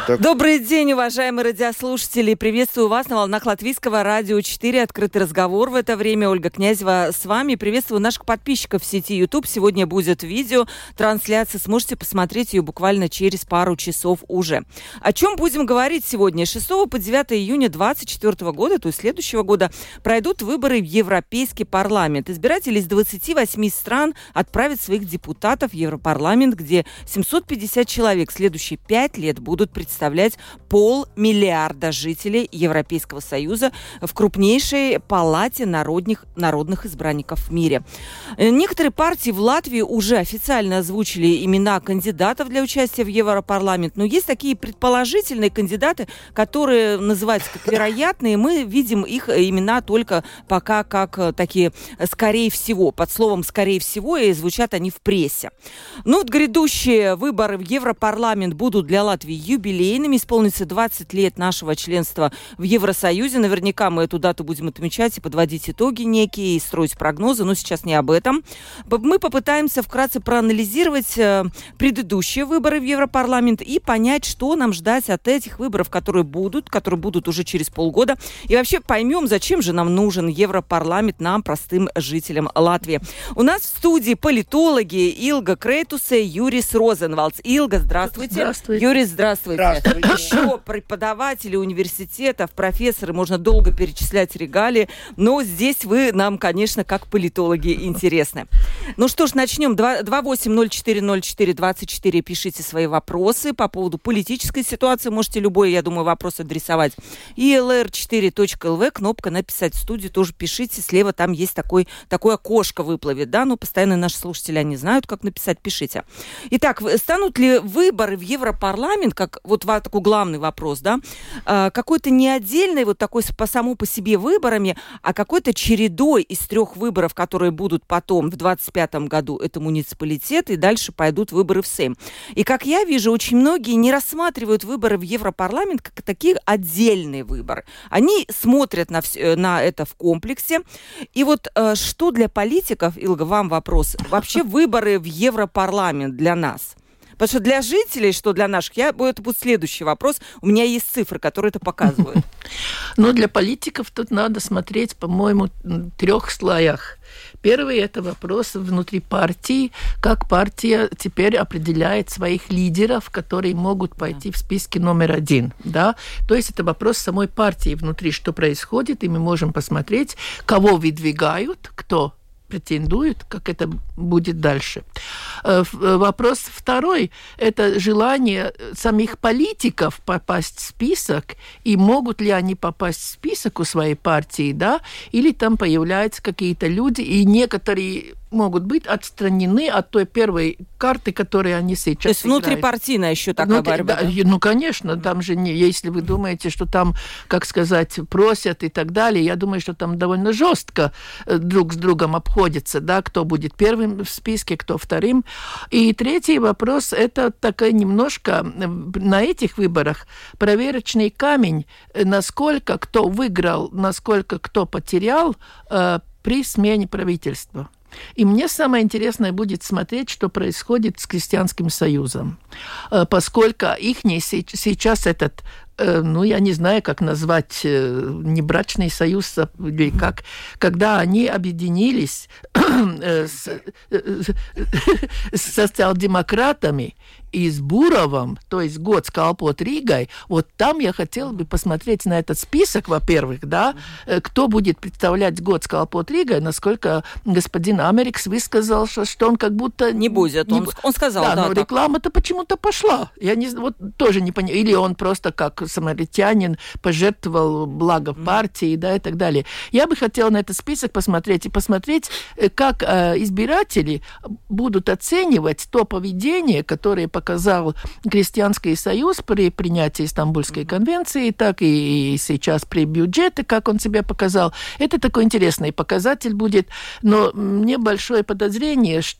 Добрый день, уважаемые радиослушатели. Приветствую вас на волнах Латвийского радио 4. Открытый разговор в это время. Ольга Князева с вами. Приветствую наших подписчиков в сети YouTube. Сегодня будет видео, трансляция. Сможете посмотреть ее буквально через пару часов уже. О чем будем говорить сегодня? 6 по 9 июня 2024 года, то есть следующего года, пройдут выборы в Европейский парламент. Избиратели из 28 стран отправят своих депутатов в Европарламент, где 750 человек следующие 5 лет будут представлять 500 миллиарда жителей Европейского Союза в крупнейшей палате народных избранников в мире. Некоторые партии в Латвии уже официально озвучили имена кандидатов для участия в Европарламент, но есть такие предположительные кандидаты, которые называются как вероятные. Мы видим их имена только пока как такие «скорее всего». Под словом «скорее всего» и звучат они в прессе. Но вот грядущие выборы в Европарламент будут для Латвии юбилейными. Исполнится 20 лет нашего членства в Евросоюзе. Наверняка мы эту дату будем отмечать и подводить итоги некие, и строить прогнозы, но сейчас не об этом. Мы попытаемся вкратце проанализировать предыдущие выборы в Европарламент и понять, что нам ждать от этих выборов, которые будут уже через полгода. И вообще поймем, зачем же нам нужен Европарламент, нам, простым жителям Латвии. У нас в студии политологи Илга Крейтусе и Юрис Розенвалдс. Илга, здравствуйте. Здравствуйте. Юрис, здравствуйте. Еще преподаватели университетов, профессоры, можно долго перечислять регалии, но здесь вы нам, конечно, как политологи интересны. Ну что ж, начнем. 28040424 пишите свои вопросы по поводу политической ситуации. Можете любой, я думаю, вопрос адресовать. И lr4.lv, кнопка «Написать в студию», тоже пишите. Слева там есть такое окошко выплывет, да? Ну, постоянно наши слушатели, они знают, как написать, пишите. Итак, станут ли выборы в Европарламент, как вот такой главный вопрос, да, какой-то не отдельный вот такой по себе выборами, а какой-то чередой из 3 выборов, которые будут потом в 2025 году, это муниципалитет, и дальше пойдут выборы в Сейм. И как я вижу, очень многие не рассматривают выборы в Европарламент как такие отдельные выборы. Они смотрят на это в комплексе. И вот что для политиков, Илга, вам вопрос, вообще выборы в Европарламент для нас? Потому что для жителей, что для наших, это будет следующий вопрос. У меня есть цифры, которые это показывают. Но для политиков тут надо смотреть, по-моему, в 3 слоях. Первый – это вопрос внутри партии, как партия теперь определяет своих лидеров, которые могут пойти в списке номер 1. Да? То есть это вопрос самой партии внутри, что происходит, и мы можем посмотреть, кого выдвигают, кто претендует, как это будет дальше. Вопрос второй – это желание самих политиков попасть в список, и могут ли они попасть в список у своей партии, да, или там появляются какие-то люди, и некоторые могут быть отстранены от той первой карты, которую они сейчас То есть играют. Внутрипартийная еще такая борьба? Да, ну, конечно, там же, если вы думаете, что там, как сказать, просят и так далее, я думаю, что там довольно жестко друг с другом обходятся, да, кто будет первым в списке, кто вторым. И третий вопрос, это такой немножко на этих выборах проверочный камень, насколько кто выиграл, насколько кто потерял при смене правительства. И мне самое интересное будет смотреть, что происходит с Крестьянским союзом, поскольку их сейчас этот, я не знаю, как назвать, небрачный союз, или как, когда они объединились с социал-демократами и с Буровым, то есть Gods kalpot Rīgai, вот там я хотела бы посмотреть на этот список, во-первых, да, кто будет представлять Gods kalpot Rīgai, насколько господин Америкс высказал, что он как будто... Не будет, он сказал, да. Но реклама-то почему-то пошла. Я тоже не понимаю. Или он просто как самаритянин пожертвовал благо партии, да, и так далее. Я бы хотела на этот список посмотреть, как избиратели будут оценивать то поведение, которое показал Крестьянский союз при принятии Стамбульской конвенции, так и сейчас при бюджете, как он себя показал. Это такой интересный показатель будет, но мне большое подозрение, что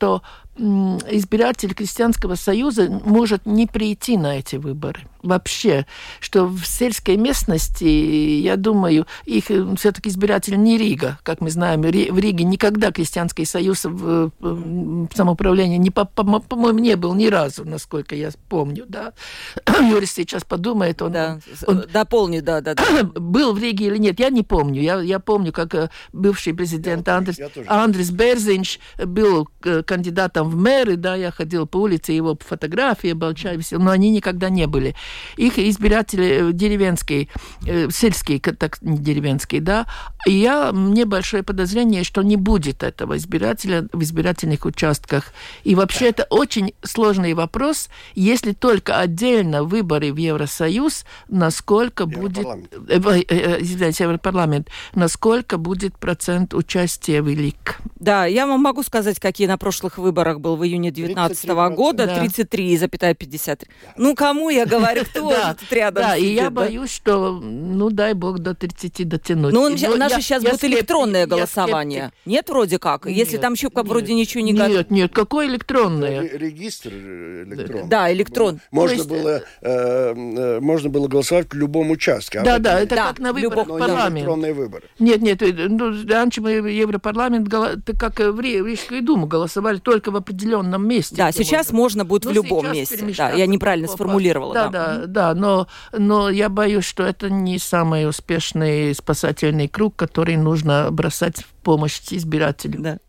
избиратель Крестьянского союза может не прийти на эти выборы. Вообще, что в сельской местности, я думаю, их все-таки избиратель не Рига. Как мы знаем, в Риге никогда Крестьянский союз в самоуправлении, по-моему, не был ни разу, насколько я помню. Да? Юрис сейчас подумает. Дополни, да. Был в Риге или нет, я не помню. Я помню, как бывший президент Андрис Берзинш был кандидатом в мэры, да, я ходил по улице, его фотографии, большая висела, но они никогда не были. Их избиратели деревенские, сельские, так не деревенские, да, и мне большое подозрение, что не будет этого избирателя в избирательных участках. И вообще это очень сложный вопрос, если только отдельно выборы в Евросоюз, насколько будет... Европарламент, насколько будет процент участия велик. Да, я вам могу сказать, какие на прошлых выборах был в июне 2019 года. 33,53. Ну, кому я говорю, кто же тут рядом сидит? Да, и я боюсь, что, дай бог, до 30 дотянуть. Ну, у нас же сейчас будет электронное голосование. Нет, вроде как? Если там еще вроде ничего не готово. Нет, какое электронное? Регистр электронный. Да, электрон. Можно было голосовать в любом участке. Да, это как на выборах в парламент. Электронные выборы. Нет, раньше мы в Европарламент, как в Рижскую думу, голосовали только в определенном месте. Да, сейчас можно будет в любом месте. Да, я неправильно сформулировала. Да, но я боюсь, что это не самый успешный спасательный круг, который нужно бросать в помощь избирателю. Да.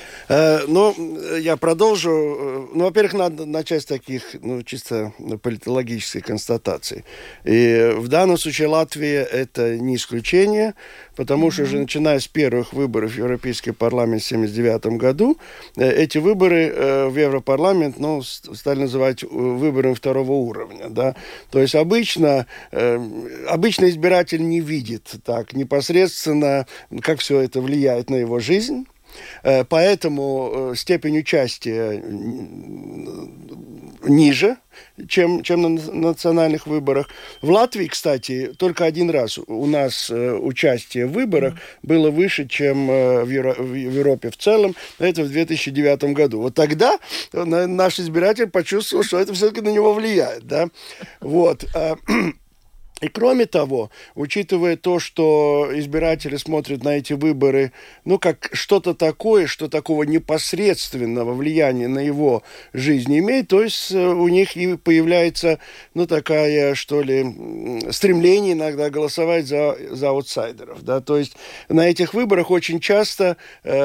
Я продолжу. Во-первых, надо начать с таких, чисто политологических констатаций. И в данном случае Латвия это не исключение, потому что уже начиная с первых выборов в Европейский парламент в 1979 году, эти выборы в Европарламент стали называть выборами второго уровня. Да? То есть обычно избиратель не видит так непосредственно, как все это влияет на его жизнь. Поэтому степень участия ниже, чем на национальных выборах. В Латвии, кстати, только один раз у нас участие в выборах было выше, чем в Европе в целом. Это в 2009 году. Вот тогда наш избиратель почувствовал, что это все-таки на него влияет. Да? Вот. И кроме того, учитывая то, что избиратели смотрят на эти выборы, как что-то такое, что такого непосредственного влияния на его жизнь имеет, то есть у них и появляется, такая, что ли, стремление иногда голосовать за аутсайдеров, да, то есть на этих выборах очень часто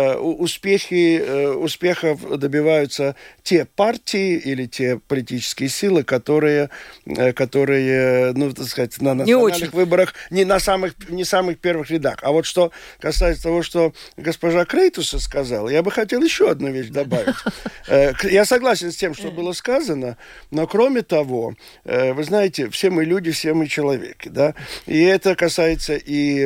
успехов добиваются те партии или те политические силы, которые, так сказать, на национальных выборах не самых первых рядах. А вот что касается того, что госпожа Крейтуса сказала, я бы хотел еще одну вещь добавить. Я согласен с тем, что было сказано, но кроме того, вы знаете, все мы люди, все мы человеки, да, и это касается и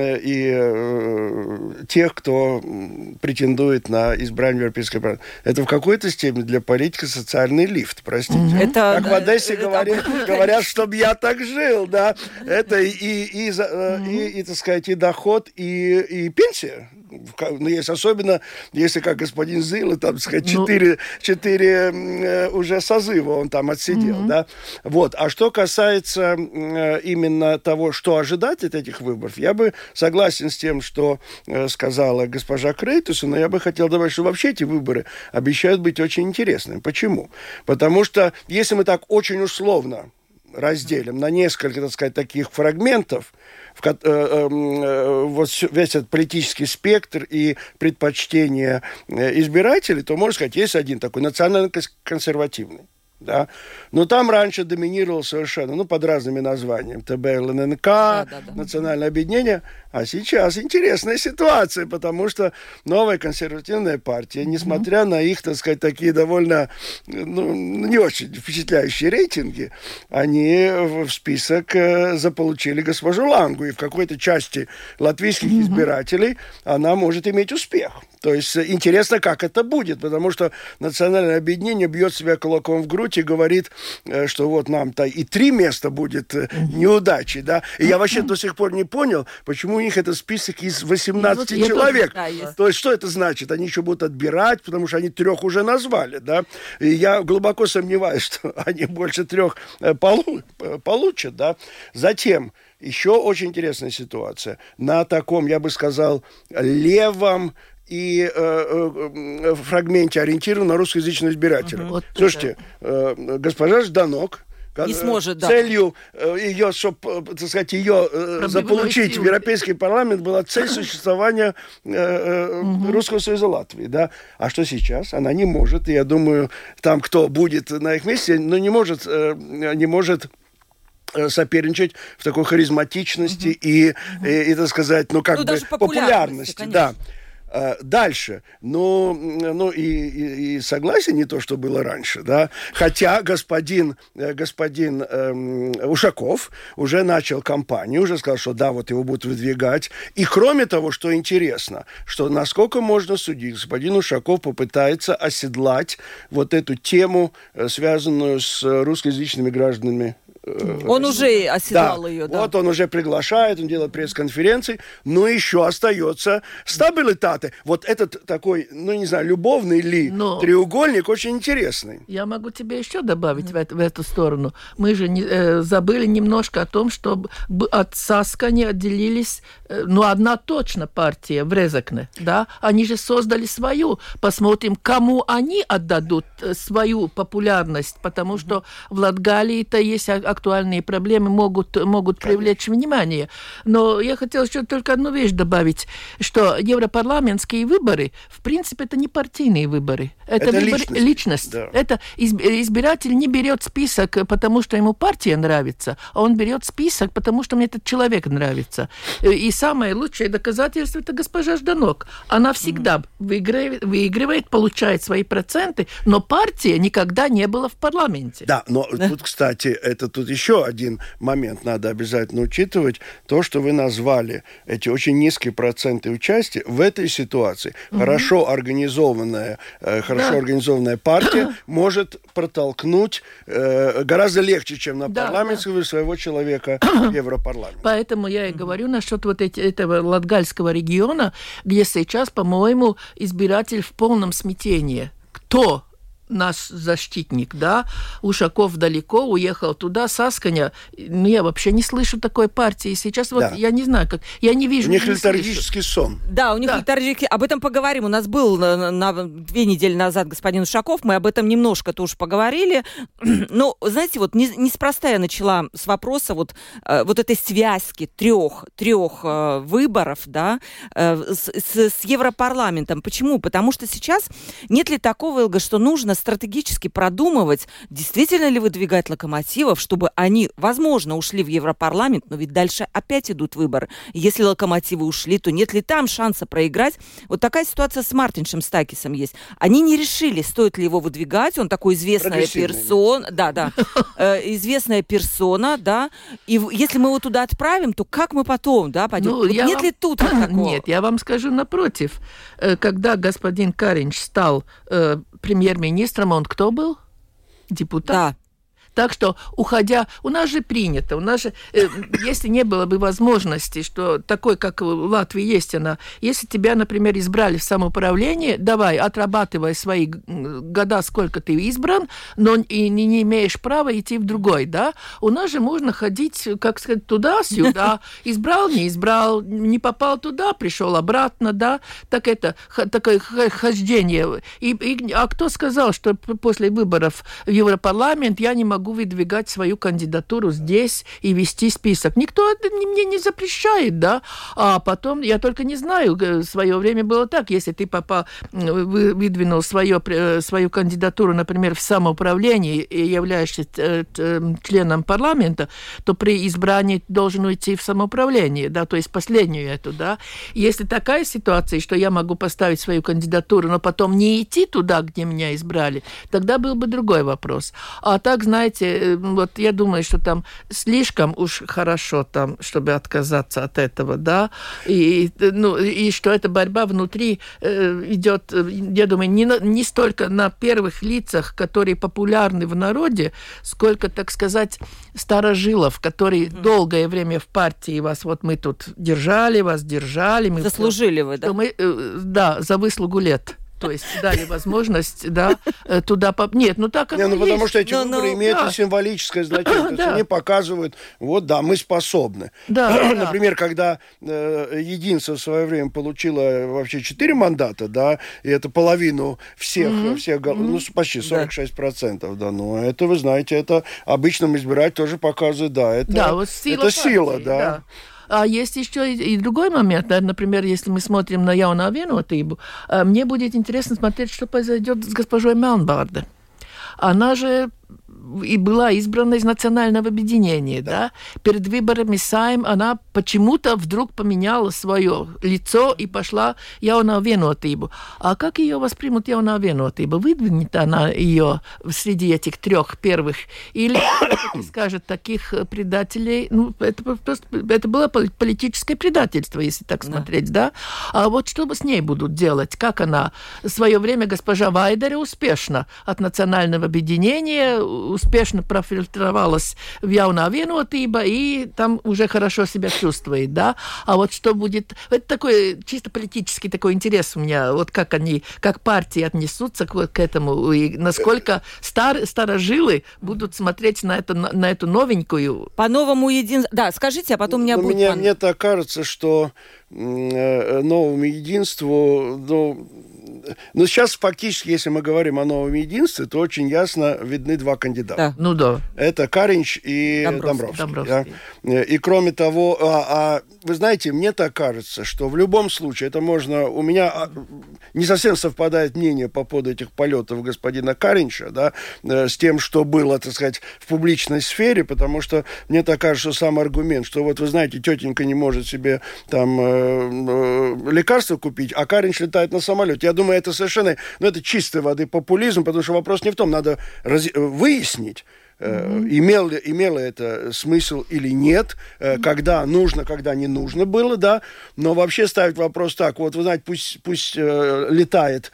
тех, кто претендует на избрание в Европейский парламент. Это в какой-то степени для политика социальный лифт, простите. Как в Одессе говорят, чтобы я так жил, да. Это так сказать, и доход, и пенсия. Есть особенно, если как господин Зила, там, так сказать, 4 уже созыва он там отсидел, да. Вот. А что касается именно того, что ожидать от этих выборов, я бы согласен с тем, что сказала госпожа Крейтуса, но я бы хотел добавить, что вообще эти выборы обещают быть очень интересными. Почему? Потому что если мы так очень условно разделим на несколько, так сказать, таких фрагментов, вот весь этот политический спектр и предпочтения избирателей, то, можно сказать, есть один такой национально-консервативный. Да? Но там раньше доминировал совершенно, под разными названиями, ТБ-ЛННК, Национальное объединение, а сейчас интересная ситуация, потому что новая консервативная партия, несмотря на их, так сказать, такие довольно, не очень впечатляющие рейтинги, они в список заполучили госпожу Лангу, и в какой-то части латвийских избирателей она может иметь успех. То есть интересно, как это будет, потому что Национальное объединение бьет себя кулаком в грудь и говорит, что вот нам-то и 3 места будет неудачей, да. И я вообще до сих пор не понял, почему них это список из 18 человек. То есть что это значит? Они еще будут отбирать, потому что они 3 уже назвали, да? И я глубоко сомневаюсь, что они больше 3 получат, да? Затем, еще очень интересная ситуация. На таком, я бы сказал, левом и фрагменте ориентирован на русскоязычного избирателя. Слушайте, госпожа Жданок не сможет, целью ее, чтобы, так сказать, ее заполучить в Европейский парламент была цель существования Русского союза Латвии, да. А что сейчас? Она не может, и я думаю, там, кто будет на их месте, но не может соперничать в такой харизматичности и, так сказать, популярности, да. Дальше. И согласие не то, что было раньше, да. Хотя господин Ушаков уже начал кампанию, уже сказал, что да, вот его будут выдвигать. И кроме того, что интересно, что насколько можно судить, господин Ушаков попытается оседлать вот эту тему, связанную с русскоязычными гражданами. Он уже оседлал ее, да. Вот он уже приглашает, он делает пресс-конференции, но еще остается стабилитаты. Вот этот такой, любовный треугольник очень интересный. Я могу тебе еще добавить в эту сторону. Мы же забыли немножко о том, что от Саскани отделились, одна точно партия в Резекне, да? Они же создали свою. Посмотрим, кому они отдадут свою популярность, потому что в Латгалии-то есть актуальные проблемы, могут привлечь внимание. Но я хотела еще только одну вещь добавить, что европарламентские выборы, в принципе, это не партийные выборы. Это выбор личности. Да. Это избиратель не берет список, потому что ему партия нравится, а он берет список, потому что мне этот человек нравится. И самое лучшее доказательство – это госпожа Жданок. Она всегда выигрывает, получает свои проценты, но партия никогда не была в парламенте. Да, но тут, кстати, тут еще один момент надо обязательно учитывать. То, что вы назвали эти очень низкие проценты участия, в этой ситуации хорошо организованная партия может протолкнуть гораздо легче, чем на парламентского своего человека в Европарламенте. Поэтому я и говорю насчет этого латгальского региона, где сейчас, по-моему, избиратель в полном смятении. Кто наш защитник, да? Ушаков далеко, уехал туда, Сасканя. Я вообще не слышу такой партии. Сейчас я не знаю, как... Я не вижу... У них летаргический сон. Да, у них летаргический... Об этом поговорим. У нас был 2 недели назад господин Ушаков. Мы об этом немножко тоже поговорили. Но, знаете, неспроста я начала с вопроса вот этой связки трех выборов, да, с Европарламентом. Почему? Потому что сейчас нет ли такого, Илга, что нужно стратегически продумывать, действительно ли выдвигать локомотивов, чтобы они, возможно, ушли в Европарламент, но ведь дальше опять идут выборы. И если локомотивы ушли, то нет ли там шанса проиграть? Вот такая ситуация с Мартиншем Стакисом есть. Они не решили, стоит ли его выдвигать. Он такой известная персона. Да. Известная персона, да. И если мы его туда отправим, то как мы потом, да, пойдем? Нет ли тут такого? Нет, я вам скажу напротив. Когда господин Каринч стал премьер-министром, он кто был? Депутат? Да. Так что, уходя, у нас же принято, если не было бы возможности, что такой, как в Латвии есть она, если тебя, например, избрали в самоуправление, давай, отрабатывай свои года, сколько ты избран, но и не имеешь права идти в другой, да? У нас же можно ходить, как сказать, туда-сюда, избрал, не избрал, не попал туда, пришел обратно, да? Так это такое хождение. А кто сказал, что после выборов в Европарламент я не могу выдвигать свою кандидатуру здесь и вести список? Никто это мне не запрещает, да? А потом, я только не знаю, в свое время было так, если ты выдвинул свою кандидатуру, например, в самоуправлении и являешься членом парламента, то при избрании должен уйти в самоуправление, да, то есть последнюю эту, да. Если такая ситуация, что я могу поставить свою кандидатуру, но потом не идти туда, где меня избрали, тогда был бы другой вопрос. А так, знаете, знаете, вот я думаю, что там слишком уж хорошо там, чтобы отказаться от этого, да, и что эта борьба внутри идет, я думаю, не столько на первых лицах, которые популярны в народе, сколько, так сказать, старожилов, которые долгое время в партии вас, вот мы тут держали, мы заслужили вы, да? Мы, да, за выслугу лет. То есть дали возможность, да, туда... Нет, так оно есть. Потому что эти выборы имеют символическое значение. То есть они показывают, мы способны. Например, когда Единство в свое время получило вообще 4 мандата, да, и это половину всех почти 46%, да, это, вы знаете, это обычным избирателям тоже показывает, да, это сила, да. А есть еще и другой момент. Например, если мы смотрим на Jauno Vienotību, мне будет интересно смотреть, что произойдет с госпожой Melnbārde. Она же и была избрана из национального объединения, да? Перед выборами Сайм она почему-то вдруг поменяла свое лицо и пошла Jauno Vienotību. А как ее воспримут Jauno Vienotību? Выдвинет она ее среди этих 3 первых? Или скажет, таких предателей... это было политическое предательство, если так смотреть, да? А вот что с ней будут делать? Как она? В свое время госпожа Вайдере успешно от национального объединения успешно профильтровалась в Jauno Vienotība и там уже хорошо себя чувствует, да? А вот что будет... Это такой чисто политический такой интерес у меня, вот как партии отнесутся к этому, и насколько старожилы будут смотреть на эту новенькую... По-новому единству... Да, скажите, а потом у меня будет... Мне так кажется, что новому единству... Но сейчас фактически, если мы говорим о новом единстве, то очень ясно видны 2 кандидата. Да. Это Каринч и Домбровский. Да? И кроме того, вы знаете, мне так кажется, что в любом случае, это можно... У меня не совсем совпадает мнение по поводу этих полетов господина Каринча, да, с тем, что было, так сказать, в публичной сфере, потому что мне так кажется, что сам аргумент, что вот вы знаете, тетенька не может себе там лекарства купить, а Каринч летает на самолете. Я думаю, это совершенно... это чистой воды популизм, потому что вопрос не в том, надо выяснить, имело это смысл или нет, когда нужно, когда не нужно было, да, но вообще ставить вопрос так, вот вы знаете, пусть летает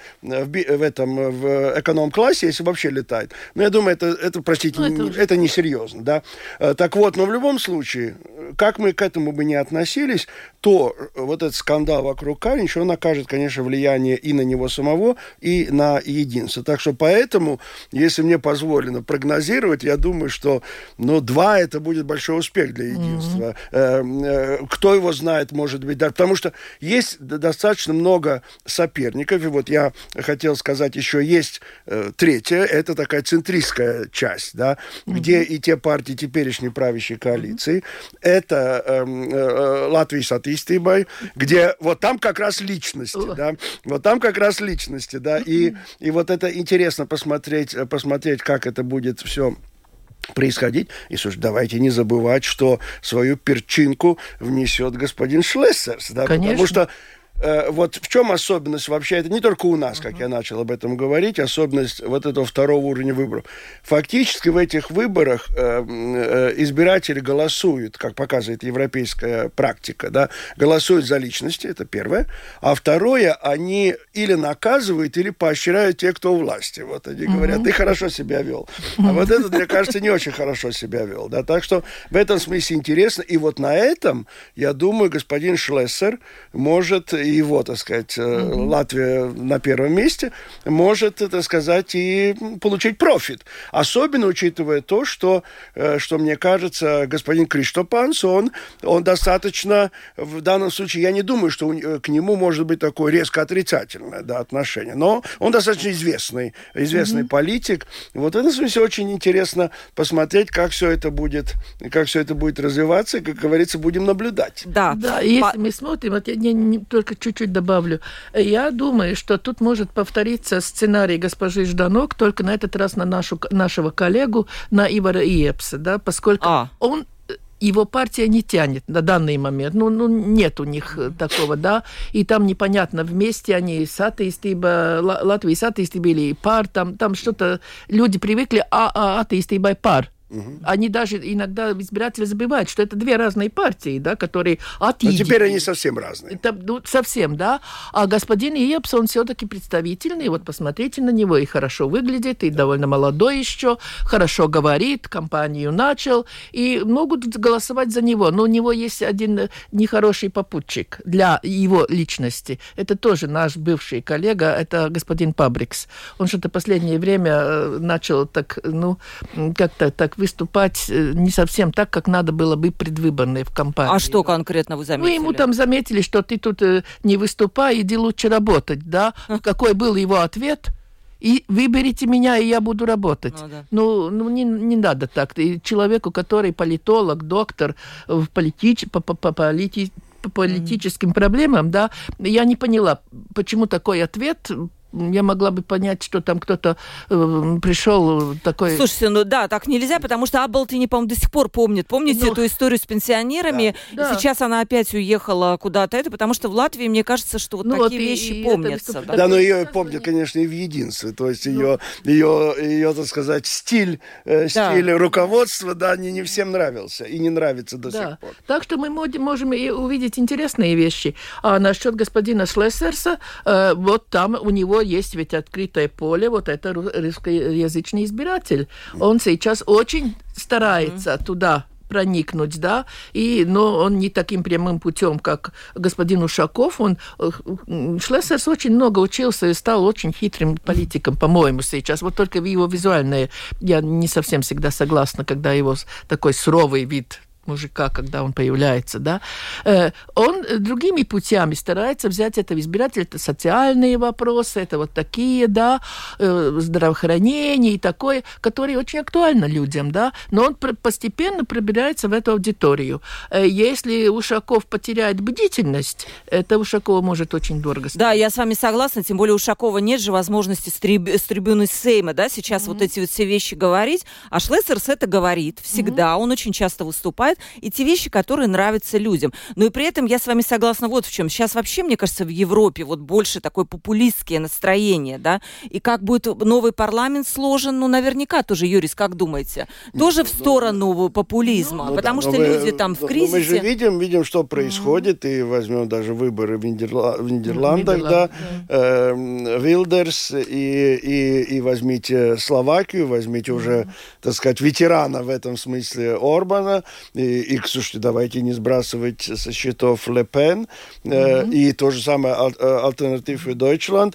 в эконом-классе, если вообще летает. Но я думаю, это простите, это несерьезно, да. Так вот, но в любом случае, как мы к этому бы не относились, то вот этот скандал вокруг Каринча, он окажет, конечно, влияние и на него самого, и на единство. Так что поэтому, если мне позволено прогнозировать, я думаю, что 2 это будет большой успех для единства. Кто его знает, может быть, да, потому что есть достаточно много соперников, и вот я хотел сказать, еще есть 3-я, это такая центристская часть, да, где и те партии теперешней правящей коалиции, это Latvijas attīstībai, где вот там как раз личности, да, вот там как раз личности, да, и вот это интересно посмотреть, как это будет все происходить. И, слушай, давайте не забывать, что свою перчинку внесет господин Шлессерс, да, потому что вот в чем особенность вообще, это не только у нас, как я начал об этом говорить, особенность вот этого 2-го уровня выборов. Фактически в этих выборах избиратели голосуют, как показывает европейская практика, да, голосуют за личности, это первое, а второе, они или наказывают, или поощряют тех, кто у власти. Вот они говорят, ты хорошо себя вел. А вот этот, мне кажется, не очень хорошо себя вел. Да? Так что в этом смысле интересно. И вот на этом, я думаю, господин Шлессер может... его, так сказать, Латвия на первом месте, может, так сказать, и получить профит. Особенно учитывая то, что мне кажется, господин Криштопанс, он достаточно, в данном случае, я не думаю, что к нему может быть такое резко отрицательное, да, отношение, но он достаточно известный политик. Вот в этом смысле очень интересно посмотреть, как все это будет развиваться, и, как говорится, будем наблюдать. Да, если мы смотрим, вот я не только чуть-чуть добавлю. Я думаю, что тут может повториться сценарий госпожи Жданок, только на этот раз на нашего коллегу, на Ивара Иепса, да, поскольку он его партия не тянет на данный момент. Ну, нет у них такого, да. И там непонятно, вместе они с атеистибой, Латвии с атеистибой или пар, там что-то, люди привыкли атеистибой пар. Они даже иногда избиратели забывают, что это две разные партии, да, которые отъединены. Но теперь они совсем разные. Совсем, да. А господин Иепс, он все-таки представительный. Вот посмотрите на него, и хорошо выглядит, и довольно молодой еще, хорошо говорит, кампанию начал, и могут голосовать за него. Но у него есть один нехороший попутчик для его личности. Это тоже наш бывший коллега, это господин Пабрикс. Он что-то последнее время начал так, как-то так выступать не совсем так, как надо было бы предвыборной в кампании. А что конкретно вы заметили? Ему там заметили, что ты тут не выступай, иди лучше работать, да? Какой был его ответ? И выберите меня, и я буду работать. Не надо так. И человеку, который политолог, доктор по политическим проблемам, да, я не поняла, почему такой ответ. Я могла бы понять, что там кто-то пришел такой... Слушайте, так нельзя, потому что Аболтини, по-моему, до сих пор помнит. Помните эту историю с пенсионерами? Да. Сейчас она опять уехала куда-то. Потому что в Латвии, мне кажется, что такие вещи помнятся. Да, но ее помнят, конечно, и в единстве. То есть ее, так сказать, стиль руководства, да, не всем нравился и не нравится до сих пор. Так что мы можем и увидеть интересные вещи. А насчет господина Шлессерса, вот там у него есть ведь открытое поле, вот это русскоязычный избиратель. Он сейчас очень старается туда проникнуть, да, но он не таким прямым путем, как господин Ушаков. Шлессерс очень много учился и стал очень хитрым политиком, по-моему, сейчас. Вот только его визуальное я не совсем всегда согласна, когда его такой суровый вид мужика, когда он появляется, да, он другими путями старается взять это в избиратель, это социальные вопросы, это вот такие, да, здравоохранение и такое, которые очень актуальны людям, да, но он постепенно пробирается в эту аудиторию. Если Ушаков потеряет бдительность, это Ушакова может очень дорого стоить. Да, я с вами согласна, тем более у Ушакова нет же возможности с трибуны Сейма, да, сейчас вот эти вот все вещи говорить, а Шлессерс это говорит всегда, он очень часто выступает, и те вещи, которые нравятся людям. Но и при этом я с вами согласна вот в чем. Сейчас вообще, мне кажется, в Европе вот больше такое популистское настроение, да, и как будет новый парламент сложен, наверняка тоже, Юрис, как думаете? Тоже в сторону популизма, потому что люди там в кризисе. Мы же видим, что происходит, и возьмем даже выборы в Нидерландах, да, Вилдерс, и возьмите Словакию, возьмите уже, так сказать, ветерана в этом смысле Орбана, и, слушайте, давайте не сбрасывать со счетов Ле Пен, и то же самое Альтернатив für Deutschland,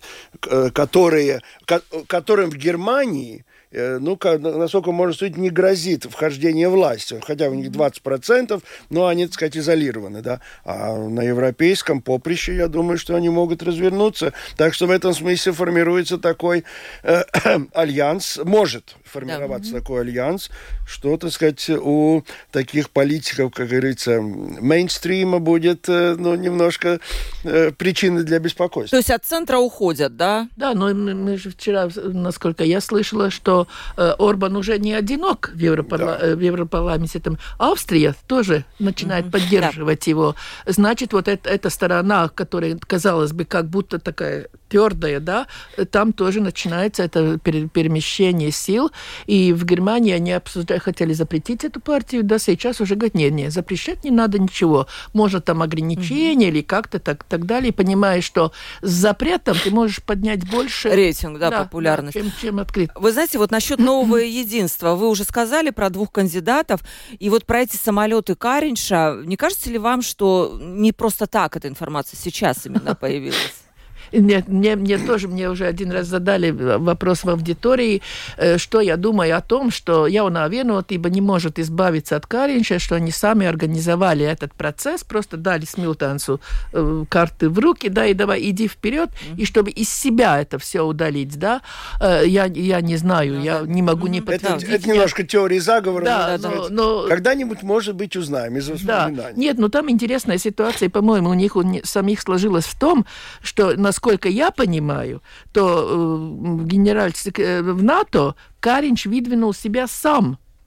которым в Германии, насколько можно судить, не грозит вхождение власти, хотя у них 20%, но они, так сказать, изолированы, да, а на европейском поприще, я думаю, что они могут развернуться, так что в этом смысле формируется такой альянс, может формироваться такой альянс, что, так сказать, у таких политиков, как говорится, мейнстрима будет, немножко причины для беспокойства. То есть от центра уходят, да? Да, но мы же вчера, насколько я слышала, что Орбан уже не одинок в Европарламенте. Там Австрия тоже начинает поддерживать его. Значит, вот эта сторона, которая, казалось бы, как будто такая твердая, да, там тоже начинается это перемещение сил. И в Германии они хотели запретить эту партию, да, сейчас уже говорят, нет, запрещать не надо ничего. Может, там ограничения или как-то так далее. Понимая, что с запретом ты можешь поднять больше... Рейтинг, да, популярность. Чем открыт. Вы знаете, вот насчет нового единства. Вы уже сказали про двух кандидатов. И вот про эти самолеты Каринша. Не кажется ли вам, что не просто так эта информация сейчас именно появилась? Нет, мне уже один раз задали вопрос в аудитории, что я думаю о том, что Jaunā Vienotība не может избавиться от Каринша, что они сами организовали этот процесс, просто дали Смилтенсу карты в руки, да, и давай, иди вперед, и чтобы из себя это все удалить, да, я не знаю, я не могу не подтвердить. Это немножко теория заговора, да, но когда-нибудь, может быть, узнаем из воспоминаний. Да. Нет, там интересная ситуация, по-моему, у них самих сложилась в том, что, насколько я понимаю, то в НАТО Каринш выдвинул себя сам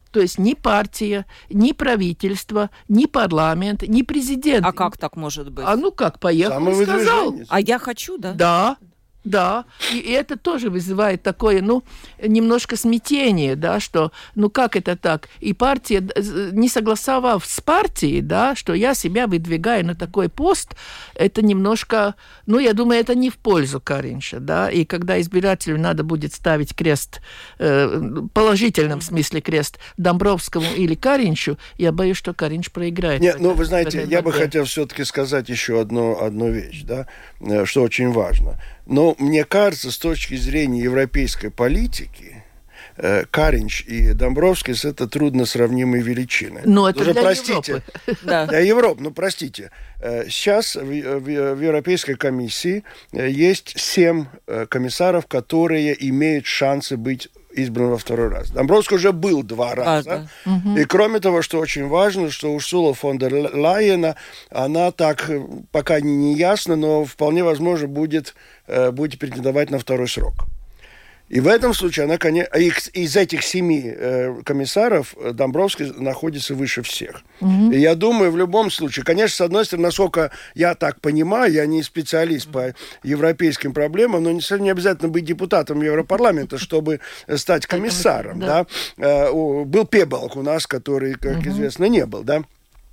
То есть ни партия, ни правительство, ни парламент, ни президент. А как так может быть? А ну как, поехал и сказал. А я хочу, да? Да. Да, и это тоже вызывает такое, немножко смятение, да, что, как это так? И партия, не согласовав с партией, да, что я себя выдвигаю на такой пост, это немножко, я думаю, это не в пользу Кариньша, да, и когда избирателю надо будет ставить крест, в положительном смысле крест Домбровскому или Кариньшу, я боюсь, что Кариньш проиграет. Нет, вы знаете, я бы хотел все-таки сказать еще одну вещь, да, что очень важно. Но мне кажется, с точки зрения европейской политики, Кариньш и Домбровскис – это трудно сравнимые величины. Но это для Европы. Для Европы, простите. Сейчас в Европейской комиссии есть 7 комиссаров, которые имеют шансы быть избран во второй раз. Домбровский уже был 2 раза. И кроме того, что очень важно, что Урсула фон дер Лайена, она так пока не ясно, но вполне возможно будет претендовать на второй срок. И в этом случае она, конечно, из этих 7 комиссаров Домбровский находится выше всех. И я думаю, в любом случае, конечно, с одной стороны, насколько я так понимаю, я не специалист по европейским проблемам, но не обязательно быть депутатом Европарламента, чтобы стать комиссаром. Да. Был Пебалк у нас, который, как известно, не был, да.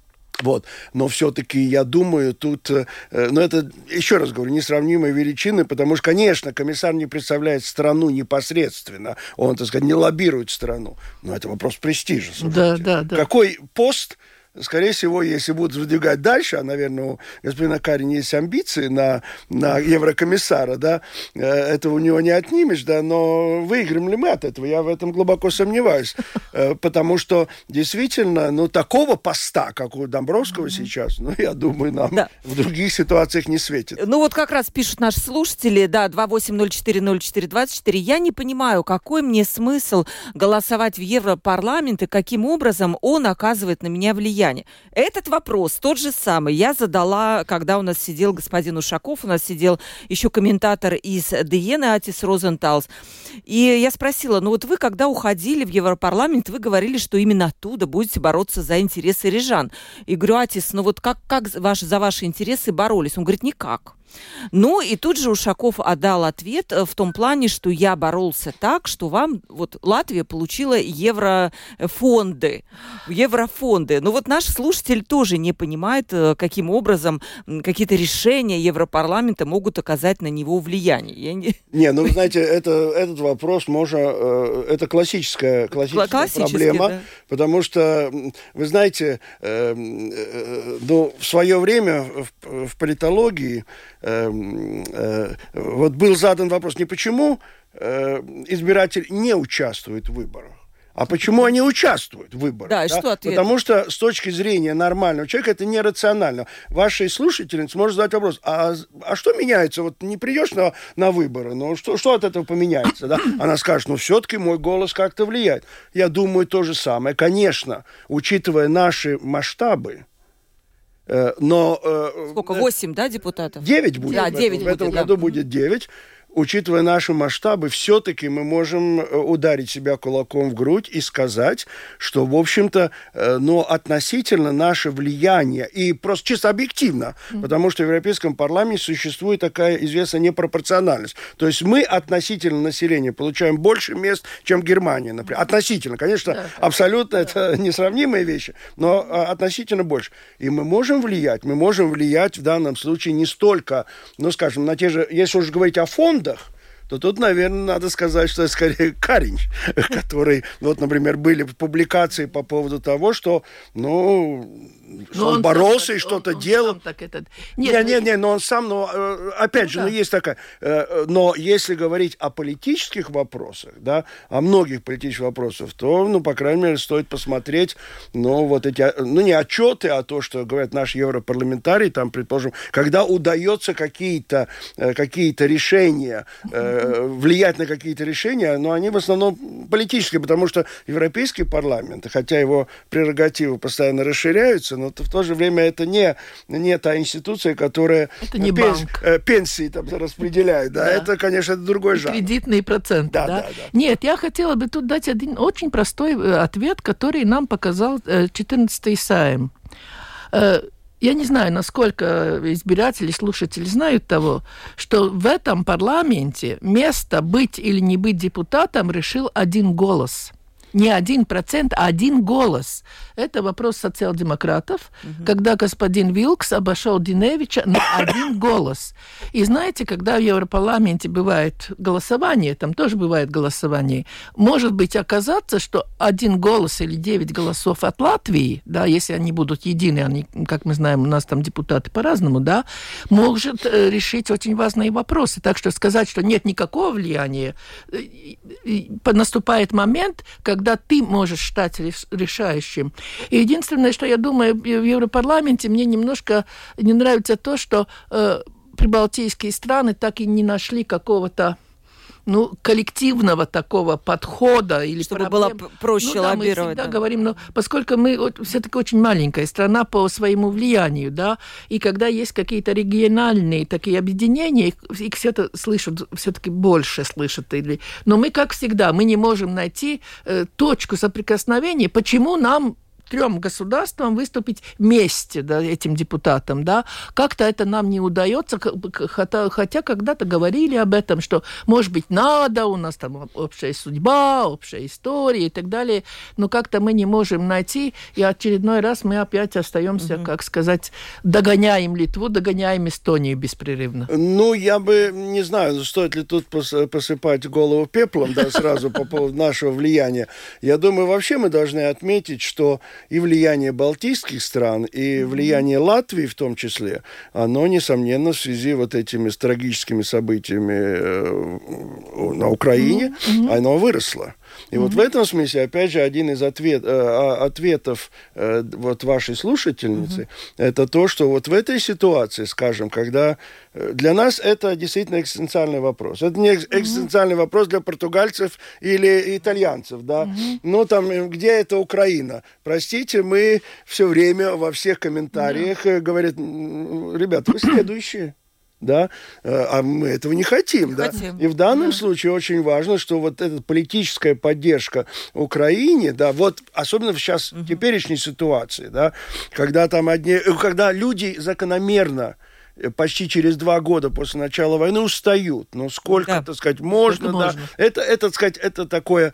Но все-таки, я думаю, тут, это, еще раз говорю, несравнимые величины, потому что, конечно, комиссар не представляет страну непосредственно, он, так сказать, не лоббирует страну, но это вопрос престижа. Да. Какой пост... Скорее всего, если будут выдвигать дальше, а, наверное, у господина Карина есть амбиции на еврокомиссара, да, этого у него не отнимешь, да, но выиграем ли мы от этого? Я в этом глубоко сомневаюсь. Потому что, действительно, такого поста, как у Домбровского сейчас, я думаю, нам в других ситуациях не светит. Как раз пишут наши слушатели, 28040424, я не понимаю, какой мне смысл голосовать в Европарламент и каким образом он оказывает на меня влияние. Этот вопрос тот же самый я задала, когда у нас сидел господин Ушаков, у нас сидел еще комментатор из ДН Атис Розенталс. И я спросила, вы когда уходили в Европарламент, вы говорили, что именно оттуда будете бороться за интересы рижан. И говорю, Атис, как за ваши интересы боролись? Он говорит, никак. И тут же Ушаков отдал ответ в том плане, что я боролся так, что вам Латвия получила еврофонды. Наш слушатель тоже не понимает, каким образом какие-то решения Европарламента могут оказать на него влияние. Знаете, этот вопрос это классическая проблема, да. Потому что, вы знаете, в свое время в политологии был задан вопрос не почему избиратель не участвует в выборах, а почему они участвуют в выборах? Да, и что ответ? Потому что с точки зрения нормального человека это нерационально. Вашей слушательнице может задать вопрос, а что меняется? Не придешь на выборы, что от этого поменяется? Да? Она скажет, все-таки мой голос как-то влияет. Я думаю, то же самое. Конечно, учитывая наши масштабы, но... Сколько? 8, депутатов? 9 будет. Да, 9 в этом году будет 9. Учитывая наши масштабы, все-таки мы можем ударить себя кулаком в грудь и сказать, что, в общем-то, относительно наше влияние, и просто чисто объективно, потому что в Европейском парламенте существует такая известная непропорциональность. То есть мы относительно населения получаем больше мест, чем Германия, например. Относительно, конечно, абсолютно это несравнимые вещи, но относительно больше. И мы можем влиять в данном случае не столько, скажем, на те же, если уж говорить о фондах, то тут, наверное, надо сказать, что это скорее Кариньш, который, например, были публикации по поводу того, что, он боролся и что-то делал. Но он сам, опять же, есть такая. Но если говорить о политических вопросах, да, о многих политических вопросах, то, по крайней мере, стоит посмотреть, эти, не отчеты, а то, что говорят наши европарламентарии, там, предположим, когда удается какие-то решения, влиять на какие-то решения, но они в основном политической, потому что Европейский парламент, хотя его прерогативы постоянно расширяются, но в то же время это не та институция, которая пенсии там распределяет. Да? Это, конечно, это другой жанр. Кредитные проценты. Да. Нет, я хотела бы тут дать один очень простой ответ, который нам показал 14-й Сайм. Я не знаю, насколько избиратели, слушатели знают того, что в этом парламенте место быть или не быть депутатом решил один голос. Не 1%, а один голос. Это вопрос социал-демократов, когда господин Вилкс обошел Диневича на один голос. И знаете, когда в Европарламенте бывает голосование, там тоже бывает голосование, может быть оказаться, что один голос или 9 голосов от Латвии, да, если они будут едины, они, как мы знаем, у нас там депутаты по-разному, да, может решить очень важные вопросы. Так что сказать, что нет никакого влияния, наступает момент, когда ты можешь стать решающим. И единственное, что я думаю в Европарламенте, мне немножко не нравится то, что прибалтийские страны так и не нашли какого-то коллективного такого подхода или чтобы проблем. Было проще лоббировать. Мы всегда говорим, поскольку мы все-таки очень маленькая страна по своему влиянию, да, и когда есть какие-то региональные такие объединения, их все-таки слышат, все-таки больше слышат. Но мы, как всегда, мы не можем найти точку соприкосновения, почему нам 3 государствам выступить вместе, да, этим депутатам, да, как-то это нам не удается, хотя когда-то говорили об этом, что, может быть, надо, у нас там общая судьба, общая история и так далее, но как-то мы не можем найти, и очередной раз мы опять остаемся, как сказать, догоняем Литву, догоняем Эстонию беспрерывно. Я бы не знаю, стоит ли тут посыпать голову пеплом, да, сразу по поводу нашего влияния. Я думаю, вообще мы должны отметить, что и влияние балтийских стран, и влияние Латвии в том числе, оно, несомненно, в связи вот этими трагическими событиями на Украине, оно выросло. И вот в этом смысле, опять же, один из ответов вот вашей слушательницы, это то, что вот в этой ситуации, скажем, когда для нас это действительно экзистенциальный вопрос. Это не экзистенциальный вопрос для португальцев или итальянцев, да. Там, где это Украина? Простите, мы все время во всех комментариях говорят, ребята, вы следующие. Да, а мы этого не хотим, да. И в данном случае очень важно, что вот эта политическая поддержка Украине, да, вот особенно сейчас в теперешней ситуации, да, когда люди закономерно почти через 2 года после начала войны устают. Сколько, так сказать, можно, да. Это, так сказать, это такое,